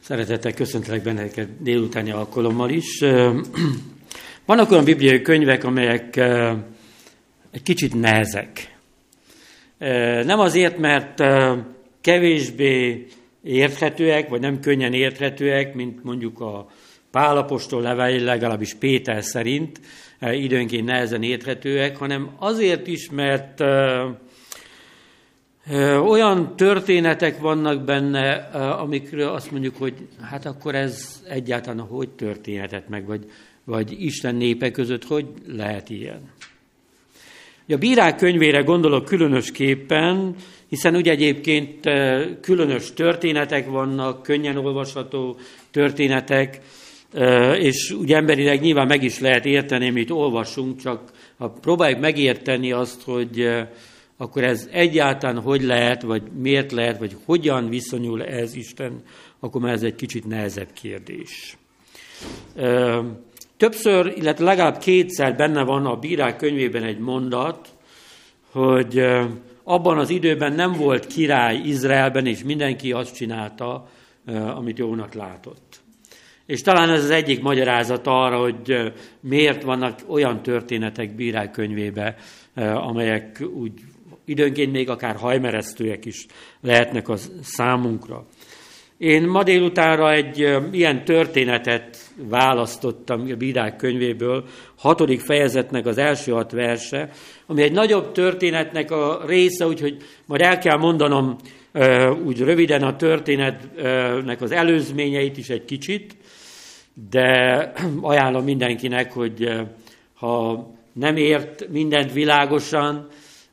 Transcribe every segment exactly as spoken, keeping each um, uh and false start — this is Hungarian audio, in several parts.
Szeretettel köszöntelek benneteket délutáni alkalommal is. Vannak olyan bibliai könyvek, amelyek egy kicsit nehezek. Nem azért, mert kevésbé érthetőek, vagy nem könnyen érthetőek, mint mondjuk a Pál apostol levei, legalábbis Péter szerint időnként nehezen érthetőek, hanem azért is, mert olyan történetek vannak benne, amikről azt mondjuk, hogy hát akkor ez egyáltalán hogy történhetett meg, vagy, vagy Isten népe között hogy lehet ilyen. A Bírák könyvére gondolok különösképpen, hiszen ugye egyébként különös történetek vannak, könnyen olvasható történetek, és ugye emberileg nyilván meg is lehet érteni, amit olvasunk, csak ha próbáljuk megérteni azt, hogy akkor ez egyáltalán hogy lehet, vagy miért lehet, vagy hogyan viszonyul ez Isten, akkor már ez egy kicsit nehezebb kérdés. Többször, illetve legalább kétszer benne van a Bírák könyvében egy mondat, hogy abban az időben nem volt király Izraelben, és mindenki azt csinálta, amit jónak látott. És talán ez az egyik magyarázat arra, hogy miért vannak olyan történetek Bírák könyvében, amelyek úgy időnként még akár hajmeresztőek is lehetnek a számunkra. Én ma délutánra egy ilyen történetet választottam a Bírák könyvéből, hatodik fejezetnek az első hat verse, ami egy nagyobb történetnek a része, úgyhogy majd el kell mondanom úgy röviden a történetnek az előzményeit is egy kicsit, de ajánlom mindenkinek, hogy ha nem ért mindent világosan,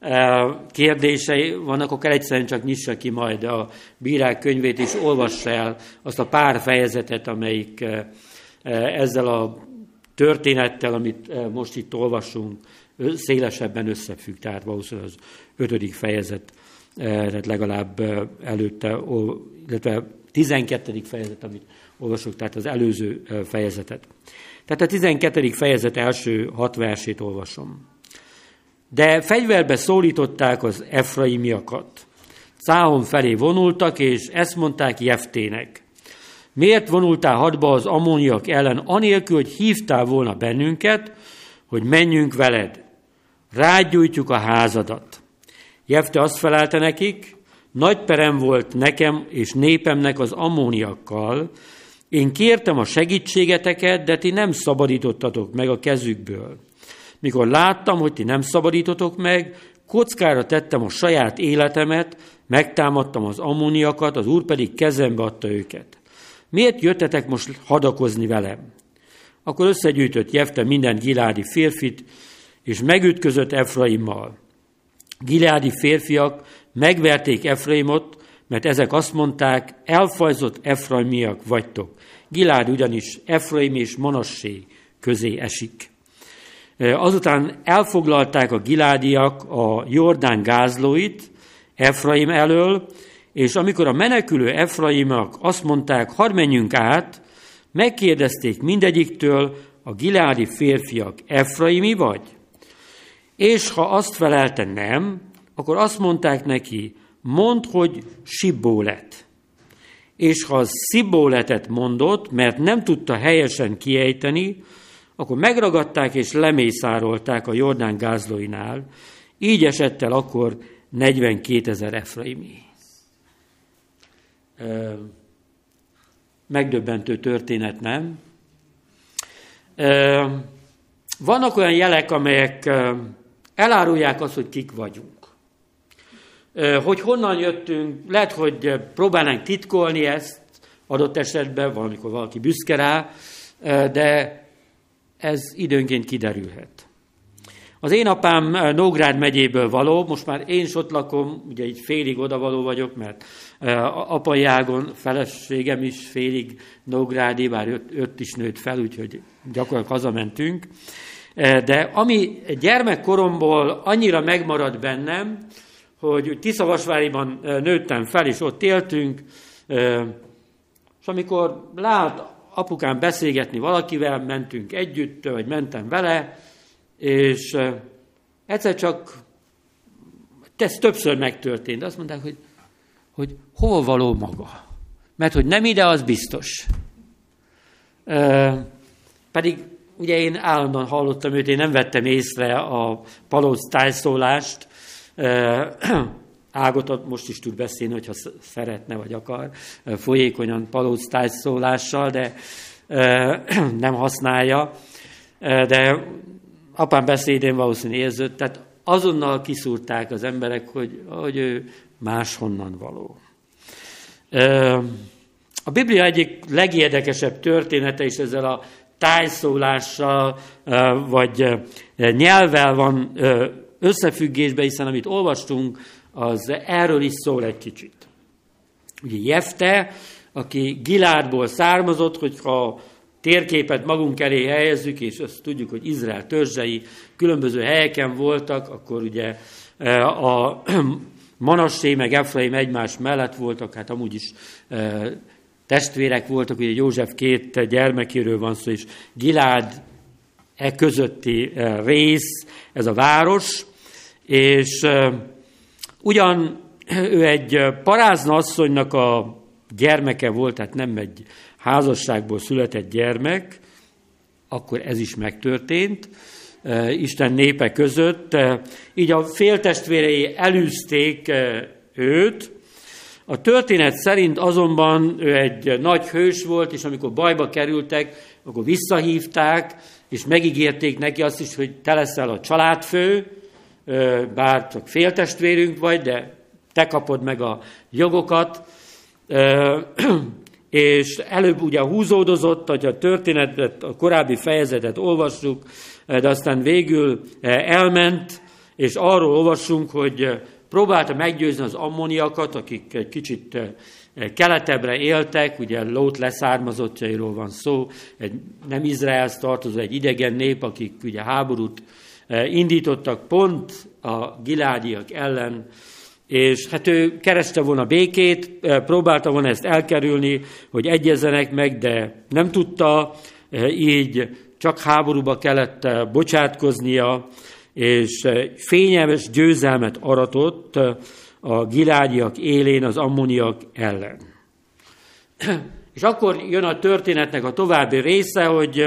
kérdései vannak, akkor egyszerűen csak nyissa ki majd a Bírák könyvét, és olvassa el azt a pár fejezetet, amelyik ezzel a történettel, amit most itt olvasunk, szélesebben összefügg. Tehát valószínűleg az ötödik fejezet legalább előtte, illetve tizenkettedik fejezet, amit olvasok, tehát az előző fejezetet. Tehát a tizenkettedik fejezet első hat versét olvasom. De fegyverbe szólították az efraimiakat. Cáhon felé vonultak, és ezt mondták Jeftének. Miért vonultál hadba az ammóniak ellen, anélkül, hogy hívtál volna bennünket, hogy menjünk veled? Rád gyújtjuk a házadat. Jefte azt felelte nekik, nagy perem volt nekem és népemnek az ammóniakkal. Én kértem a segítségeteket, de ti nem szabadítottatok meg a kezükből. Mikor láttam, hogy ti nem szabadítotok meg, kockára tettem a saját életemet, megtámadtam az ammóniakat, az Úr pedig kezembe adta őket. Miért jöttetek most hadakozni velem? Akkor összegyűjtött Jefte minden gileádi férfit, és megütközött Efraimmal. Gileádi férfiak megverték Efraimot, mert ezek azt mondták, elfajzott efraimiak vagytok. Gileád ugyanis Efraim és Manassé közé esik. Azután elfoglalták a gileádiak a Jordán gázlóit Efraim elől, és amikor a menekülő efraimak azt mondták, hadd menjünk át, megkérdezték mindegyiktől, a gileádi férfiak efraimi vagy? És ha azt felelte nem, akkor azt mondták neki, mondd, hogy Sibbolet. És ha Sibboletet mondott, mert nem tudta helyesen kiejteni, akkor megragadták és lemészárolták a Jordán gázlóinál. Így esett el akkor negyvenkétezer efraimi. Megdöbbentő történet, nem? Vannak olyan jelek, amelyek elárulják azt, hogy kik vagyunk. Hogy honnan jöttünk, lehet, hogy próbálnánk titkolni ezt adott esetben, valamikor valaki büszke rá, de ez időnként kiderülhet. Az én apám Nógrád megyéből való, most már én is ott lakom, ugye így félig odavaló vagyok, mert apai ágon feleségem is félig nógrádi, bár öt is nőtt fel, úgyhogy gyakorlatilag hazamentünk. De ami gyermekkoromból annyira megmaradt bennem, hogy Tiszavasváriban nőttem fel, és ott éltünk, és amikor lát apukám beszélgetni valakivel, mentünk együtt, vagy mentem vele, és egyszer csak, ez többször megtörtént, azt mondták, hogy, hogy hova való maga. Mert hogy nem ide, az biztos. Pedig ugye én állandóan hallottam őt, én nem vettem észre a palóc tájszólást. Ágot most is tud beszélni, hogyha szeretne vagy akar, folyékonyan palóc tájszólással, de nem használja. De apám beszédén valószínűleg érződött, tehát azonnal kiszúrták az emberek, hogy, hogy ő máshonnan való. A Biblia egyik legérdekesebb története is ezzel a tájszólással vagy nyelvvel van összefüggésben, hiszen amit olvastunk, az erről is szól egy kicsit. Ugye Jefte, aki Giládból származott, hogyha térképet magunk elé helyezzük, és azt tudjuk, hogy Izrael törzsei különböző helyeken voltak, akkor ugye a Manassé meg Efraim egymás mellett voltak, hát amúgy is testvérek voltak, ugye József két gyermekéről van szó, és Gilád e közötti rész, ez a város, és ugyan ő egy parázna asszonynak a gyermeke volt, tehát nem egy házasságból született gyermek, akkor ez is megtörtént Isten népe között. Így a féltestvérei elűzték őt. A történet szerint azonban ő egy nagy hős volt, és amikor bajba kerültek, akkor visszahívták, és megígérték neki azt is, hogy te leszel a családfő, bár csak féltestvérünk vagy, de te kapod meg a jogokat, és előbb ugye húzódozott, hogy a történetet, a korábbi fejezetet olvassuk, de aztán végül elment, és arról olvassunk, hogy próbálta meggyőzni az ammoniakat, akik egy kicsit keletebbre éltek, ugye Lót leszármazottjairól van szó, egy nem Izraelhez tartozó, egy idegen nép, akik ugye háborút indítottak pont a giládiak ellen, és hát ő kereste volna békét, próbálta volna ezt elkerülni, hogy egyezzenek meg, de nem tudta, így csak háborúba kellett bocsátkoznia, és fényes győzelmet aratott a giládiak élén az ammoniak ellen. És akkor jön a történetnek a további része, hogy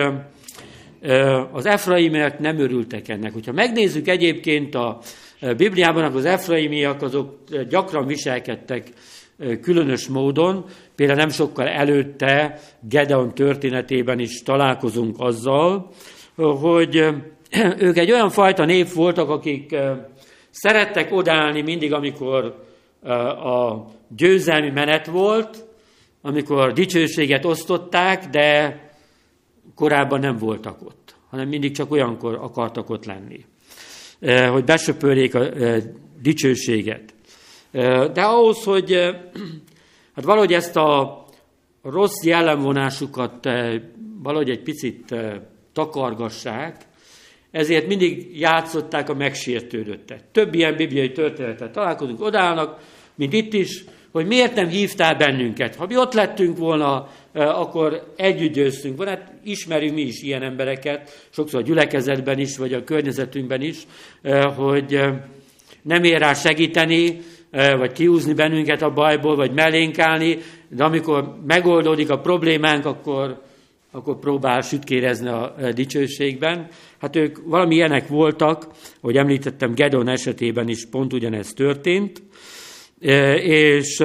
az efraimiek nem örültek ennek. Hogyha megnézzük egyébként a Bibliában, az efraimiak azok gyakran viselkedtek különös módon, például nem sokkal előtte Gedeon történetében is találkozunk azzal, hogy ők egy olyan fajta nép voltak, akik szerettek odállni mindig, amikor a győzelmi menet volt, amikor dicsőséget osztották, de korábban nem voltak ott, hanem mindig csak olyankor akartak ott lenni, hogy besöpörjék a dicsőséget. De ahhoz, hogy hát valahogy ezt a rossz jellemvonásukat valahogy egy picit takargassák, ezért mindig játszották a megsértődöttet. Több ilyen bibliai történetet találkozunk, odállnak, mint itt is, hogy miért nem hívtál bennünket. Ha mi ott lettünk volna, akkor együtt győztünk volna. Hát ismerünk mi is ilyen embereket, sokszor a gyülekezetben is, vagy a környezetünkben is, hogy nem ér rá segíteni, vagy kihúzni bennünket a bajból, vagy mellénk állni, de amikor megoldódik a problémánk, akkor, akkor próbál sütkérezni a dicsőségben. Hát ők valami ilyenek voltak, ahogy említettem, Gedeon esetében is pont ugyanez történt, és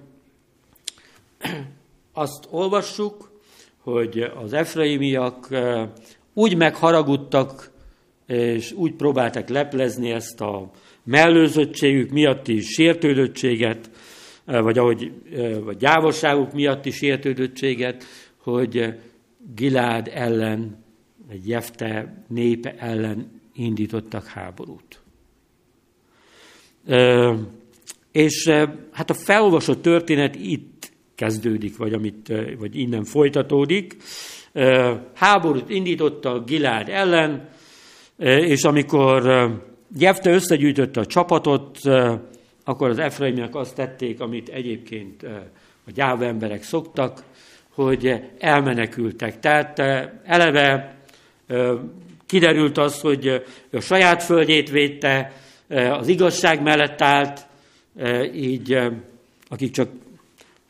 azt olvassuk, hogy az efraimiak úgy megharagudtak, és úgy próbálták leplezni ezt a mellőzöttségük miatti sértődöttséget, vagy ahogy vagy gyávosságuk miatti sértődöttséget, hogy Gilád ellen, vagy Jefte népe ellen indítottak háborút. És hát a felolvasott történet itt kezdődik, vagy, amit, vagy innen folytatódik. Háborút indította Gilád ellen, és amikor Jefte összegyűjtötte a csapatot, akkor az efraimiak azt tették, amit egyébként a gyáva emberek szoktak, hogy elmenekültek. Tehát eleve kiderült az, hogy a saját földjét védte, az igazság mellett állt, így akik csak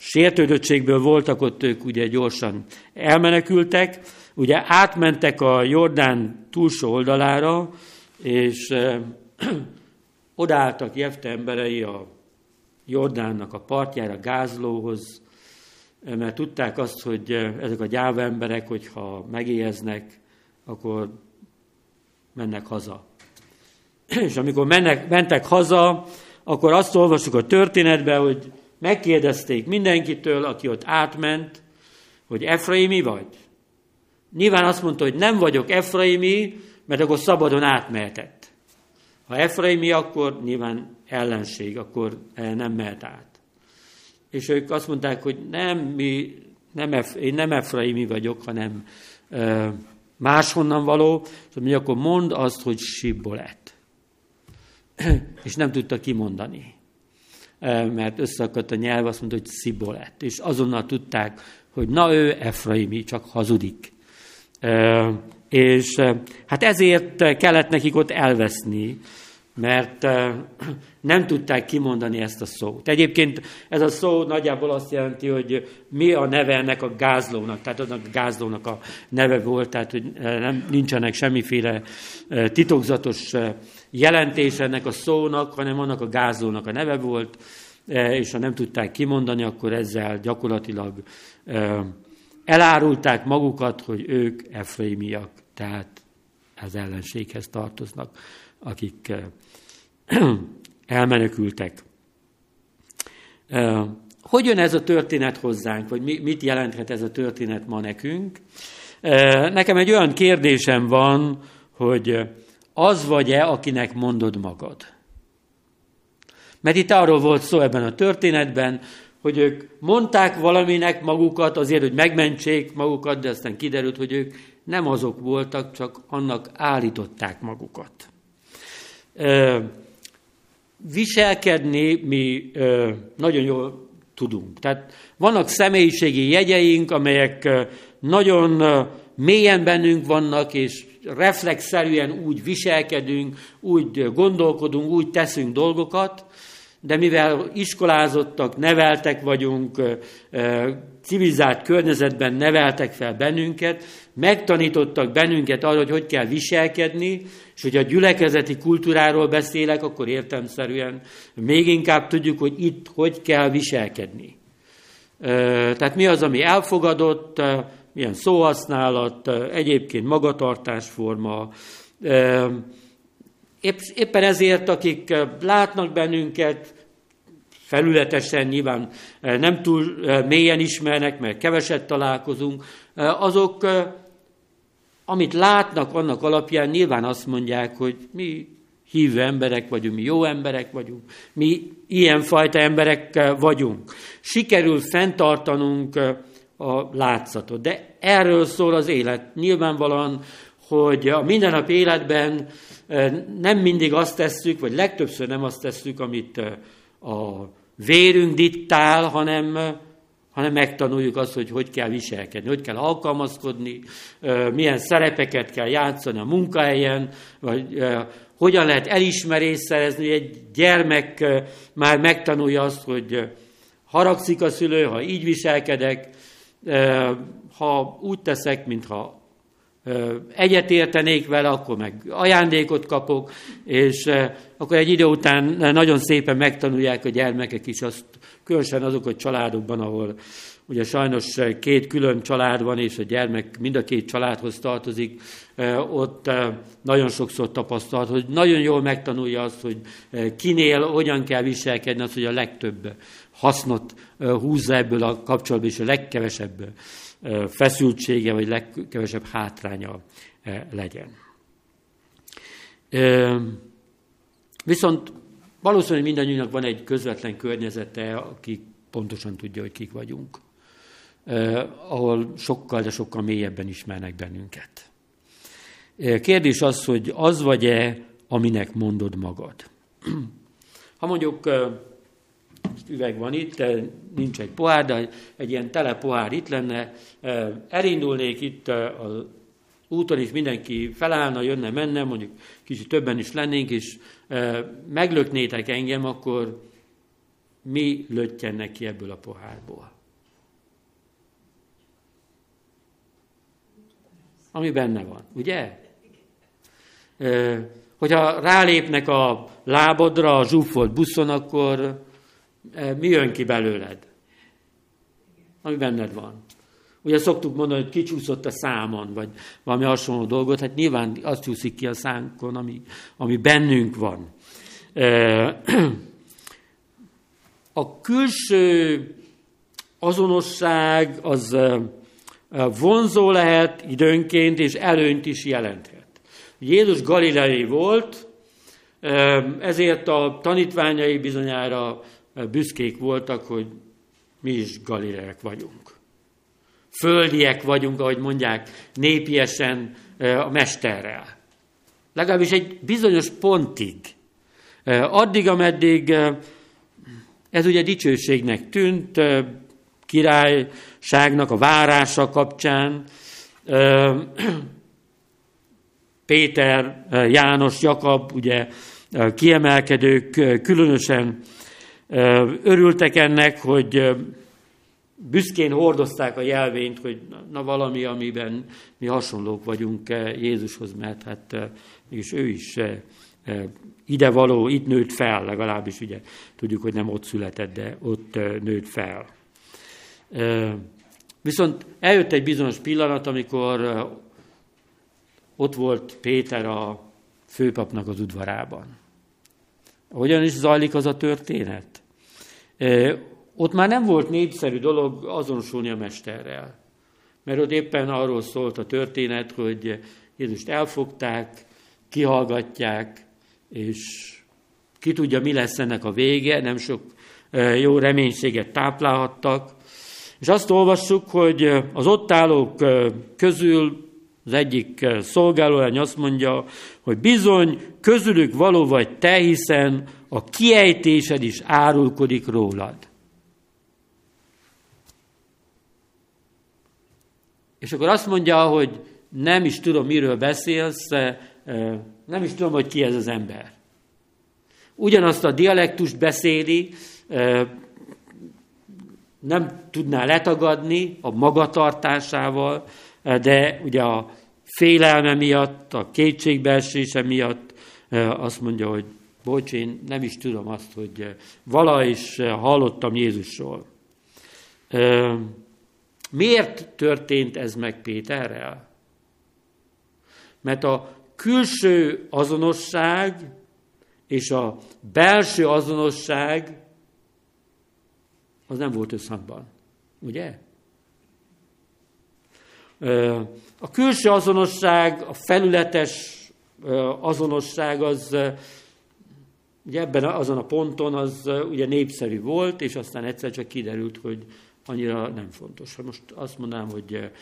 sértődöttségből voltak ott, ők ugye gyorsan elmenekültek, ugye átmentek a Jordán túlsó oldalára, és eh, odaálltak Jefte emberei a Jordánnak a partjára, Gázlóhoz, mert tudták azt, hogy ezek a gyáva emberek, hogyha megéheznek, akkor mennek haza. És amikor mennek, mentek haza, akkor azt olvassuk a történetben, hogy megkérdezték mindenkitől, aki ott átment, hogy Efraimi vagy? Nyilván azt mondta, hogy nem vagyok Efraimi, mert akkor szabadon átmehetett. Ha Efraimi, akkor nyilván ellenség, akkor nem mehet át. És ők azt mondták, hogy nem, mi, nem Ef, én nem Efraimi vagyok, hanem e, máshonnan való, és mondja, akkor mondd azt, hogy Sibboleth. És nem tudta kimondani, e, mert összeakadt a nyelv, azt mondta, hogy Sibboleth. És azonnal tudták, hogy na ő Efraimi, csak hazudik. E, és e, hát ezért kellett nekik ott elveszni, mert nem tudták kimondani ezt a szót. Egyébként ez a szó nagyjából azt jelenti, hogy mi a neve ennek a gázlónak, tehát annak a gázlónak a neve volt, tehát hogy nem, nincsenek semmiféle titokzatos jelentés ennek a szónak, hanem annak a gázlónak a neve volt, és ha nem tudták kimondani, akkor ezzel gyakorlatilag elárulták magukat, hogy ők efraimiak, tehát az ellenséghez tartoznak, akik elmenekültek. Hogy jön ez a történet hozzánk, vagy mit jelenthet ez a történet ma nekünk? Nekem egy olyan kérdésem van, hogy az vagy-e, akinek mondod magad? Mert itt arról volt szó ebben a történetben, hogy ők mondták valaminek magukat azért, hogy megmentsék magukat, de aztán kiderült, hogy ők nem azok voltak, csak annak állították magukat. Viselkedni mi nagyon jól tudunk. Tehát vannak személyiségi jegyeink, amelyek nagyon mélyen bennünk vannak, és reflexzerűen úgy viselkedünk, úgy gondolkodunk, úgy teszünk dolgokat, de mivel iskolázottak, neveltek vagyunk, civilizált környezetben neveltek fel bennünket, megtanítottak bennünket arra, hogy hogy kell viselkedni, és hogy a gyülekezeti kultúráról beszélek, akkor értelemszerűen még inkább tudjuk, hogy itt hogy kell viselkedni. Tehát mi az, ami elfogadott, milyen szóhasználat, egyébként magatartásforma. Éppen ezért, akik látnak bennünket, felületesen nyilván nem túl mélyen ismernek, mert keveset találkozunk, azok, amit látnak, annak alapján nyilván azt mondják, hogy mi hívő emberek vagyunk, mi jó emberek vagyunk, mi ilyenfajta emberek vagyunk. Sikerül fenntartanunk a látszatot, de erről szól az élet. Nyilvánvalóan, hogy a mindennapi életben nem mindig azt tesszük, vagy legtöbbször nem azt tesszük, amit a vérünk diktál, hanem, hanem megtanuljuk azt, hogy hogy kell viselkedni, hogy kell alkalmazkodni, milyen szerepeket kell játszani a munkahelyen, vagy hogyan lehet elismerést szerezni. Egy gyermek már megtanulja azt, hogy haragszik a szülő, ha így viselkedek, ha úgy teszek, mintha egyetértenék vele, akkor meg ajándékot kapok, és akkor egy idő után nagyon szépen megtanulják a gyermekek is azt, különösen azok a családokban, ahol ugye sajnos két külön család van, és a gyermek mind a két családhoz tartozik, ott nagyon sokszor tapasztalt, hogy nagyon jól megtanulja azt, hogy kinél hogyan kell viselkedni, az, hogy a legtöbb hasznot húzza ebből a kapcsolatból, és a legkevesebb feszültsége, vagy legkevesebb hátránya legyen. Viszont valószínűleg mindannyiunknak van egy közvetlen környezete, aki pontosan tudja, hogy kik vagyunk, ahol sokkal, de sokkal mélyebben ismernek bennünket. Kérdés az, hogy az vagy-e, aminek mondod magad. Ha mondjuk üveg van itt, nincs egy pohár, de egy ilyen tele pohár itt lenne, elindulnék itt az úton is, mindenki felállna, jönne, menne, mondjuk kicsit többen is lennénk, és meglöknétek engem, akkor mi löttyen neki ebből a pohárból. Ami benne van, ugye? Hogyha rálépnek a lábodra a zsúfolt buszon, akkor mi jön ki belőled? Ami benned van. Ugye szoktuk mondani, hogy kicsúszott a számon, vagy valami hasonló dolgot, hát nyilván azt csúszik ki a szánkon, ami, ami bennünk van. A külső azonosság az vonzó lehet időnként, és előnyt is jelenthet. Jézus galileai volt, ezért a tanítványai bizonyára büszkék voltak, hogy mi is galileák vagyunk. Földiek vagyunk, ahogy mondják népiesen a mesterrel. Legalábbis egy bizonyos pontig. Addig, ameddig ez ugye dicsőségnek tűnt, királyságnak a várása kapcsán, Péter, János, Jakab, ugye kiemelkedők különösen örültek ennek, hogy büszkén hordozták a jelvényt, hogy na valami, amiben mi hasonlók vagyunk Jézushoz, mert hát mégis ő is ide való, itt nőtt fel, legalábbis ugye tudjuk, hogy nem ott született, de ott nőtt fel. Viszont eljött egy bizonyos pillanat, amikor ott volt Péter a főpapnak az udvarában. Hogyan is zajlik az a történet? Ott már nem volt népszerű dolog azonosulni a mesterrel. Mert ott éppen arról szólt a történet, hogy Jézust elfogták, kihallgatják, és ki tudja, mi lesz ennek a vége, nem sok jó reménységet táplálhattak. És azt olvassuk, hogy az ott állók közül az egyik szolgálólány azt mondja, hogy bizony közülük való vagy te, hiszen a kiejtésed is árulkodik rólad. És akkor azt mondja, hogy nem is tudom, miről beszélsz, nem is tudom, hogy ki ez az ember. Ugyanazt a dialektust beszéli, nem tudná letagadni a magatartásával, de ugye a félelme miatt, a kétségbeesése miatt azt mondja, hogy bocs, én nem is tudom azt, hogy valaha is hallottam Jézusról. Miért történt ez meg Péterrel? Mert a külső azonosság és a belső azonosság az nem volt összhangban. Ugye? A külső azonosság, a felületes azonosság az ugye ebben azon a ponton az ugye népszerű volt, és aztán egyszer csak kiderült, hogy annyira nem fontos. Ha most azt mondanám, hogy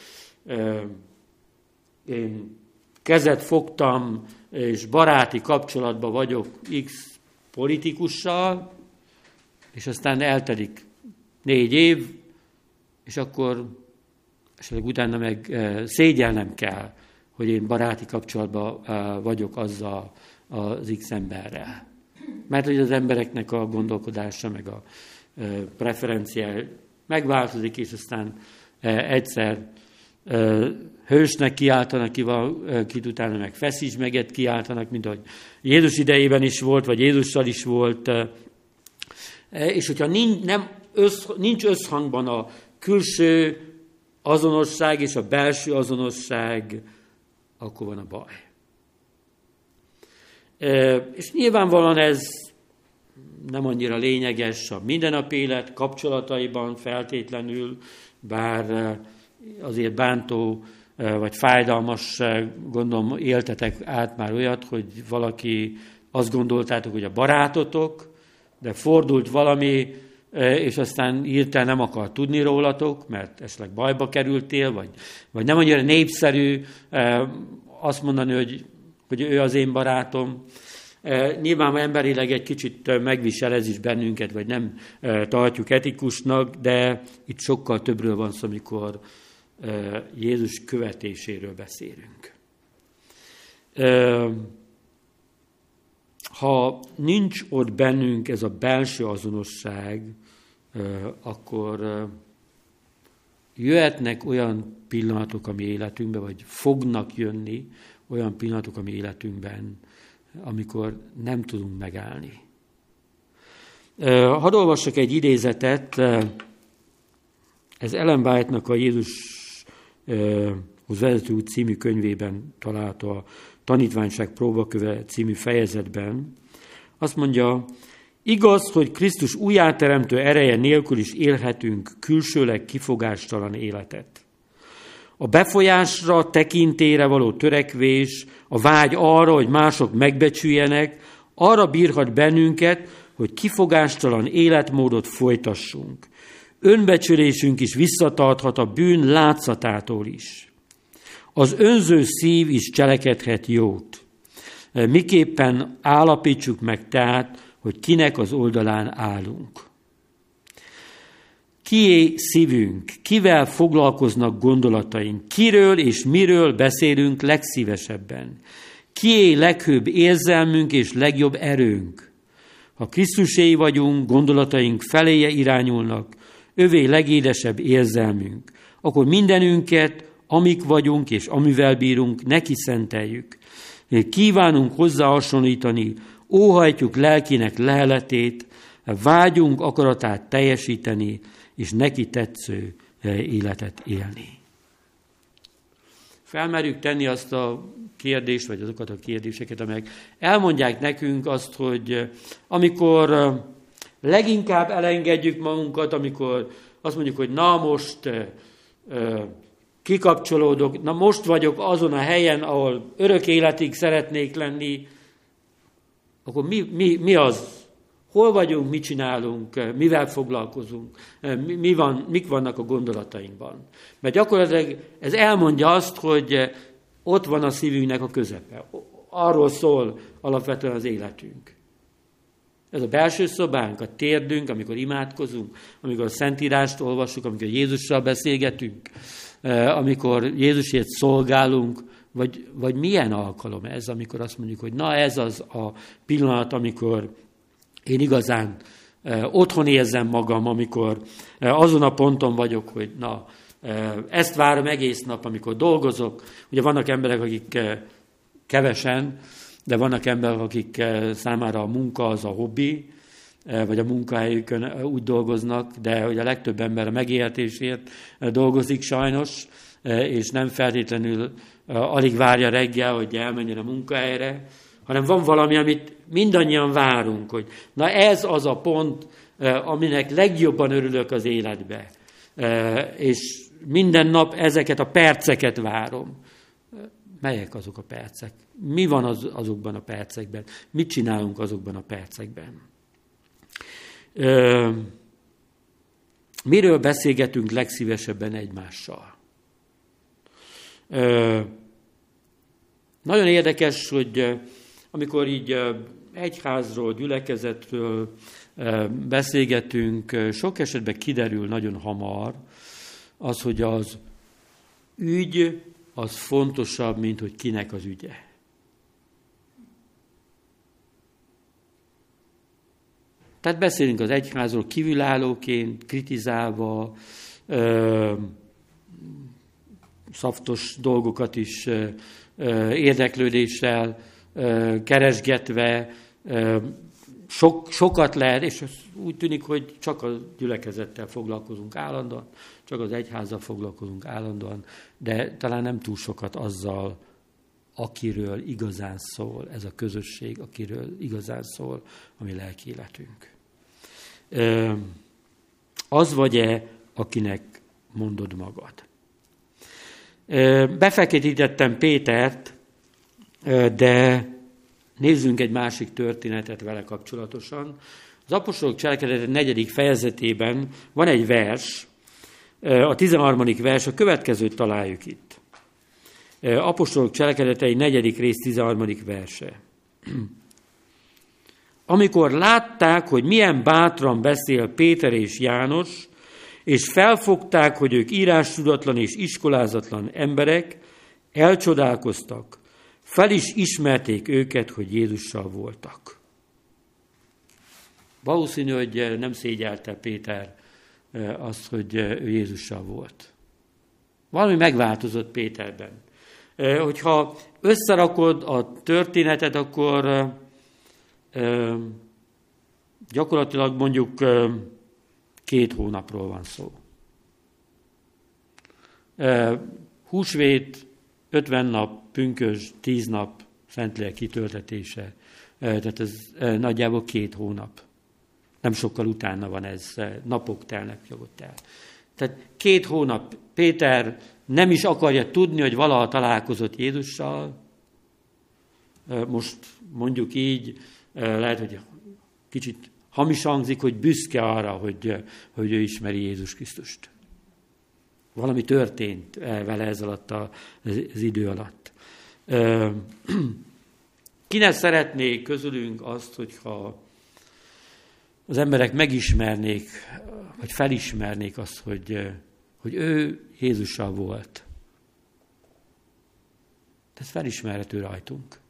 én kezet fogtam, és baráti kapcsolatban vagyok X politikussal, és aztán eltelik négy év, és akkor esetleg utána meg szégyelnem kell, hogy én baráti kapcsolatban vagyok azzal az X emberrel. Mert hogy az embereknek a gondolkodása, meg a preferenciája megváltozik, és aztán egyszer hősnek kiáltanak, kit utána meg feszíts meget kiáltanak, mint ahogy Jézus idejében is volt, vagy Jézussal is volt. És hogyha nincs, nem össz, nincs összhangban a külső azonosság és a belső azonosság, akkor van a baj. És nyilvánvalóan ez nem annyira lényeges a mindennapi élet kapcsolataiban feltétlenül, bár azért bántó vagy fájdalmas, gondolom éltetek át már olyat, hogy valaki azt gondoltátok, hogy a barátotok, de fordult valami, és aztán hirtelen nem akar tudni rólatok, mert esetleg bajba kerültél, vagy, vagy nem annyira népszerű azt mondani, hogy, hogy ő az én barátom. Nyilván emberileg egy kicsit megvisel ez is bennünket, vagy nem tartjuk etikusnak, de itt sokkal többről van szó, amikor Jézus követéséről beszélünk. ha nincs ott bennünk ez a belső azonosság, akkor jöhetnek olyan pillanatok a mi életünkben, vagy fognak jönni olyan pillanatok a mi életünkben, amikor nem tudunk megállni. Hadd olvassak egy idézetet, ez Ellen White-nak a Jézushoz vezető út című könyvében található, a Tanítványság próbaköve című fejezetben. Azt mondja, igaz, hogy Krisztus újjáteremtő ereje nélkül is élhetünk külsőleg kifogástalan életet. A befolyásra, tekintélyre való törekvés, a vágy arra, hogy mások megbecsüljenek, arra bírhat bennünket, hogy kifogástalan életmódot folytassunk. Önbecsülésünk is visszatarthat a bűn látszatától is. Az önző szív is cselekedhet jót. Miképpen állapítsuk meg tehát, hogy kinek az oldalán állunk. Kié szívünk, kivel foglalkoznak gondolataink, kiről és miről beszélünk legszívesebben. Kié leghőbb érzelmünk és legjobb erőnk. Ha Krisztuséi vagyunk, gondolataink feléje irányulnak, övé legédesebb érzelmünk, akkor mindenünket, amik vagyunk és amivel bírunk, neki szenteljük. Kívánunk hozzá hasonlítani, óhajtjuk lelkének leheletét, vágyunk akaratát teljesíteni, és neki tetsző életet élni. Felmerjük tenni azt a kérdést, vagy azokat a kérdéseket, amelyek elmondják nekünk azt, hogy amikor leginkább elengedjük magunkat, amikor azt mondjuk, hogy na most kikapcsolódok, na most vagyok azon a helyen, ahol örök életig szeretnék lenni, akkor mi, mi, mi az? Hol vagyunk, mit csinálunk, mivel foglalkozunk, mi, mi van, mik vannak a gondolatainkban. Mert gyakorlatilag ez elmondja azt, hogy ott van a szívünknek a közepe. Arról szól alapvetően az életünk. Ez a belső szobánk, a térdünk, amikor imádkozunk, amikor a Szentírást olvassuk, amikor Jézussal beszélgetünk, amikor Jézusért szolgálunk, vagy, vagy milyen alkalom ez, amikor azt mondjuk, hogy na ez az a pillanat, amikor én igazán eh, otthon érzem magam, amikor eh, azon a ponton vagyok, hogy na, eh, ezt várom egész nap, amikor dolgozok. Ugye vannak emberek, akik eh, kevesen, de vannak emberek, akik eh, számára a munka az a hobbi, eh, vagy a munkahelyükön eh, úgy dolgoznak, de hogy a legtöbb ember a megélhetésért eh, dolgozik sajnos, eh, és nem feltétlenül eh, alig várja reggel, hogy elmenjen a munkahelyre, hanem van valami, amit mindannyian várunk, hogy na ez az a pont, aminek legjobban örülök az életbe. És minden nap ezeket a perceket várom. Melyek azok a percek? Mi van az, azokban a percekben? Mit csinálunk azokban a percekben? Miről beszélgetünk legszívesebben egymással? Nagyon érdekes, hogy amikor így egyházról, gyülekezetről beszélgetünk, sok esetben kiderül nagyon hamar az, hogy az ügy az fontosabb, mint hogy kinek az ügye. Tehát beszélünk az egyházról kívülállóként, kritizálva, ö, szaftos dolgokat is ö, érdeklődéssel keresgetve, sok, sokat lehet, és úgy tűnik, hogy csak a gyülekezettel foglalkozunk állandóan, csak az egyházzal foglalkozunk állandóan, de talán nem túl sokat azzal, akiről igazán szól ez a közösség, akiről igazán szól a mi lelki életünk. Az vagy-e, akinek mondod magad? Befeketítettem Pétert, de nézzünk egy másik történetet vele kapcsolatosan. Az apostolok cselekedetek negyedik fejezetében van egy vers, a tizenharmadik vers, a következőt találjuk itt. Apostolok cselekedetei negyedik rész tizenharmadik verse. Amikor látták, hogy milyen bátran beszél Péter és János, és felfogták, hogy ők írástudatlan és iskolázatlan emberek, elcsodálkoztak, fel is ismerték őket, hogy Jézussal voltak. Valószínű, hogy nem szégyelte Péter azt, hogy ő Jézussal volt. Valami megváltozott Péterben. Hogyha összerakod a történetet, akkor gyakorlatilag mondjuk két hónapról van szó. Húsvét, ötven nap, pünkösd, tíz nap, Szentlélek kitöltetése. Tehát ez nagyjából két hónap. Nem sokkal utána van ez, napok telnek ott el. Tehát két hónap Péter nem is akarja tudni, hogy valaha találkozott Jézussal. Most mondjuk így, lehet, hogy kicsit hamis hangzik, hogy büszke arra, hogy, hogy ő ismeri Jézus Krisztust. Valami történt vele ez alatt az idő alatt. Kinek szeretné közülünk azt, hogyha az emberek megismernék, vagy felismernék azt, hogy, hogy ő Jézussal volt. Ez felismerhető rajtunk.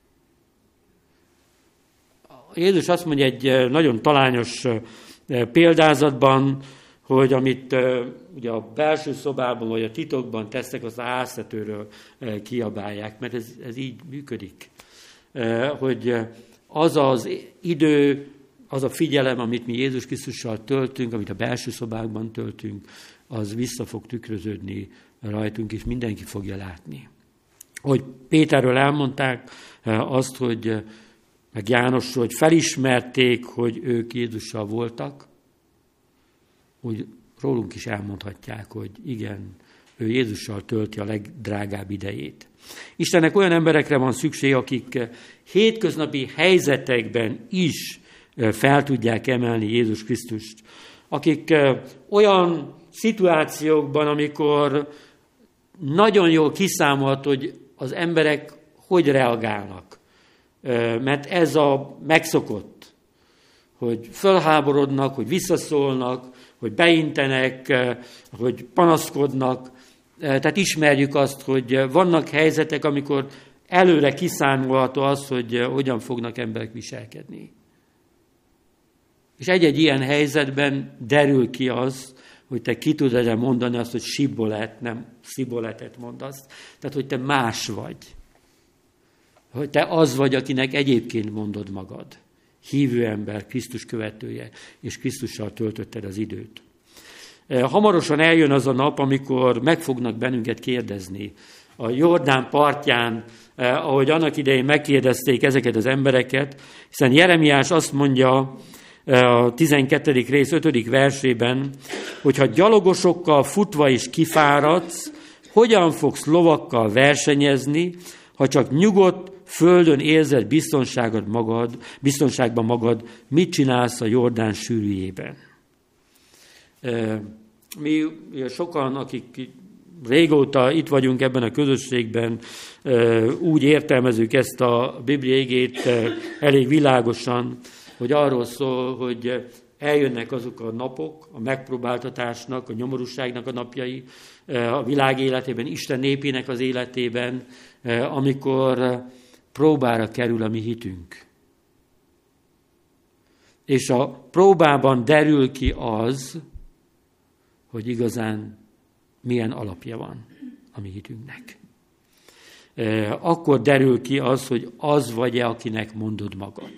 Jézus azt mondja egy nagyon talányos példázatban, hogy amit ugye a belső szobában, vagy a titokban tesznek, az álszetőről kiabálják, mert ez, ez így működik. Hogy az az idő, az a figyelem, amit mi Jézus Krisztussal töltünk, amit a belső szobákban töltünk, az vissza fog tükröződni rajtunk, és mindenki fogja látni. Hogy Péterről elmondták azt, hogy meg Jánosról, hogy felismerték, hogy ők Jézussal voltak, úgy rólunk is elmondhatják, hogy igen, ő Jézussal tölti a legdrágább idejét. Istennek olyan emberekre van szükség, akik hétköznapi helyzetekben is fel tudják emelni Jézus Krisztust. Akik olyan szituációkban, amikor nagyon jól kiszámolt, hogy az emberek hogy reagálnak. Mert ez a megszokott, hogy fölháborodnak, hogy visszaszólnak, hogy beintenek, hogy panaszkodnak. Tehát ismerjük azt, hogy vannak helyzetek, amikor előre kiszámolható az, hogy hogyan fognak emberek viselkedni. És egy-egy ilyen helyzetben derül ki az, hogy te ki tudod-e mondani azt, hogy sibolet, nem sziboletet mondasz. Tehát, hogy te más vagy. Hogy te az vagy, akinek egyébként mondod magad. Hívő ember, Krisztus követője, és Krisztussal töltötted az időt. Hamarosan eljön az a nap, amikor meg fognak bennünket kérdezni. A Jordán partján, ahogy annak idején megkérdezték ezeket az embereket, hiszen Jeremiás azt mondja a tizenkettedik rész ötödik versében, hogy ha gyalogosokkal futva is kifáradsz, hogyan fogsz lovakkal versenyezni, ha csak nyugodt földön érzed biztonságod magad, biztonságban magad, mit csinálsz a Jordán sűrűjében? Mi sokan, akik régóta itt vagyunk ebben a közösségben, úgy értelmezzük ezt a Biblia igét elég világosan, hogy arról szól, hogy eljönnek azok a napok, a megpróbáltatásnak, a nyomorúságnak a napjai, a világ életében, Isten népének az életében, amikor próbára kerül a mi hitünk. És a próbában derül ki az, hogy igazán milyen alapja van a mi hitünknek. Akkor derül ki az, hogy az vagy-e, akinek mondod magad.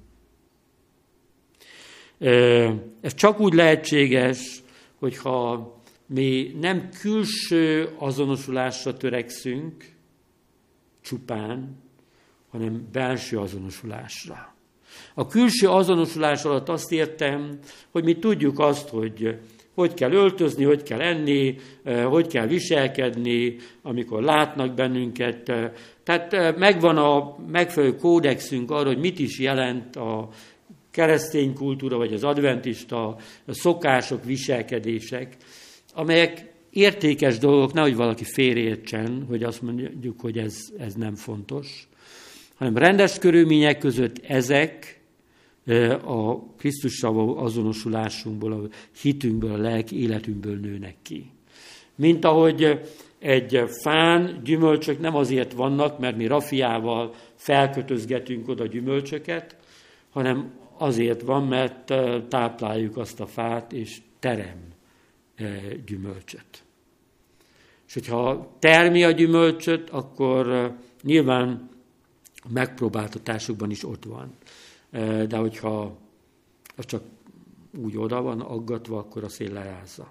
Ez csak úgy lehetséges, hogyha mi nem külső azonosulásra törekszünk csupán, hanem belső azonosulásra. A külső azonosulás alatt azt értem, hogy mi tudjuk azt, hogy hogy kell öltözni, hogy kell enni, hogy kell viselkedni, amikor látnak bennünket. Tehát megvan a megfelelő kódexünk arra, hogy mit is jelent a keresztény kultúra, vagy az adventista szokások, viselkedések, amelyek értékes dolgok, nehogy valaki félreértsen, hogy azt mondjuk, hogy ez, ez nem fontos, hanem rendes körülmények között ezek a Krisztussal azonosulásunkból, a hitünkből, a lelki életünkből nőnek ki. Mint ahogy egy fán gyümölcsök nem azért vannak, mert mi rafiával felkötözgetünk oda gyümölcsöket, hanem azért van, mert tápláljuk azt a fát, és terem gyümölcsöt. És hogyha termi a gyümölcsöt, akkor nyilván megpróbáltatásokban is ott van. De hogyha az csak úgy oda van aggatva, akkor a szél lerázza.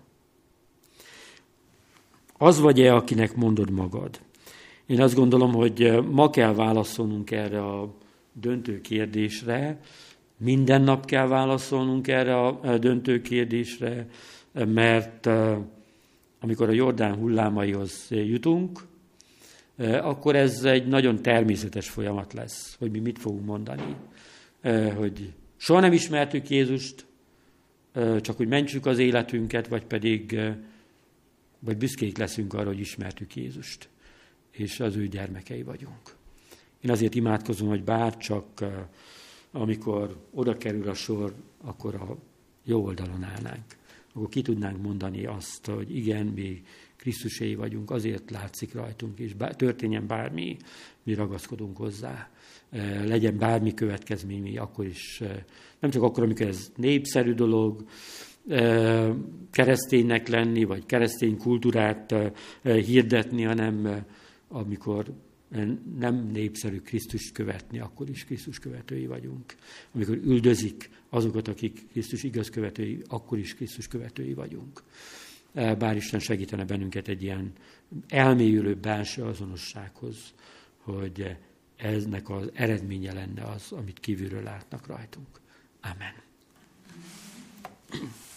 Az vagy-e, akinek mondod magad? Én azt gondolom, hogy ma kell válaszolnunk erre a döntő kérdésre, minden nap kell válaszolnunk erre a döntő kérdésre, mert amikor a Jordán hullámaihoz jutunk, akkor ez egy nagyon természetes folyamat lesz, hogy mi mit fogunk mondani. Hogy soha nem ismertük Jézust, csak hogy mentsük az életünket, vagy pedig vagy büszkék leszünk arra, hogy ismertük Jézust, és az ő gyermekei vagyunk. Én azért imádkozom, hogy bárcsak amikor oda kerül a sor, akkor a jó oldalon állnánk. Akkor ki tudnánk mondani azt, hogy igen, mi Krisztuséi vagyunk, azért látszik rajtunk, és bár, történjen bármi, mi ragaszkodunk hozzá. Legyen bármi következmény, mi akkor is, nem csak akkor, amikor ez népszerű dolog, kereszténynek lenni, vagy keresztény kultúrát hirdetni, hanem amikor nem népszerű Krisztust követni, akkor is Krisztus követői vagyunk. Amikor üldözik azokat, akik Krisztus igaz követői, akkor is Krisztus követői vagyunk. Bár Isten segítene bennünket egy ilyen elmélyülő belső azonossághoz, hogy eznek az eredménye lenne az, amit kívülről látnak rajtunk. Amen.